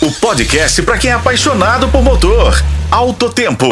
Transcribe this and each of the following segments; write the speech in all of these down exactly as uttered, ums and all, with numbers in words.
O podcast para quem é apaixonado por motor. Alto Tempo.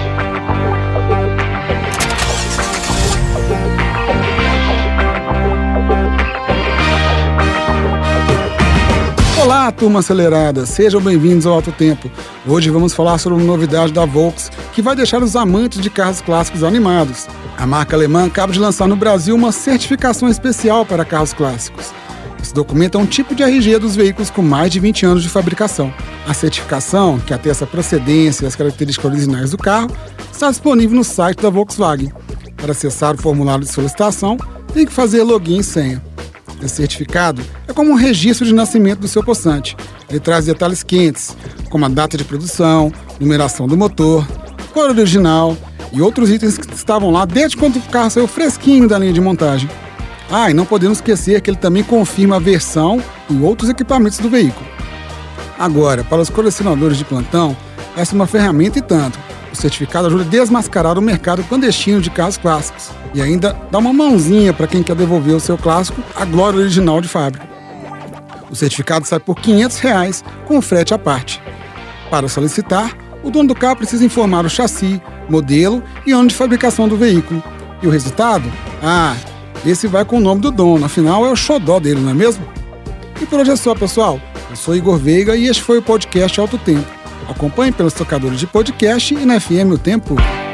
Olá, turma acelerada, sejam bem-vindos ao Alto Tempo. Hoje vamos falar sobre uma novidade da Volks que vai deixar os amantes de carros clássicos animados. A marca alemã acaba de lançar no Brasil uma certificação especial para carros clássicos. Esse documento é um tipo de R G dos veículos com mais de vinte anos de fabricação. A certificação, que atesta a procedência e as características originais do carro, está disponível no site da Volkswagen. Para acessar o formulário de solicitação, tem que fazer login e senha. Esse certificado é como um registro de nascimento do seu possante. Ele traz detalhes quentes, como a data de produção, numeração do motor, cor original e outros itens que estavam lá desde quando o carro saiu fresquinho da linha de montagem. Ah, e não podemos esquecer que ele também confirma a versão e outros equipamentos do veículo. Agora, para os colecionadores de plantão, essa é uma ferramenta e tanto. O certificado ajuda a desmascarar o mercado clandestino de carros clássicos e ainda dá uma mãozinha para quem quer devolver o seu clássico à glória original de fábrica. O certificado sai por quinhentos reais com frete à parte. Para solicitar, o dono do carro precisa informar o chassi, modelo e ano de fabricação do veículo. E o resultado? Ah, esse vai com o nome do dono, afinal é o xodó dele, não é mesmo? E por hoje é só, pessoal. Eu sou Igor Veiga e este foi o podcast Alto Tempo. Acompanhe pelos tocadores de podcast e na F M O Tempo.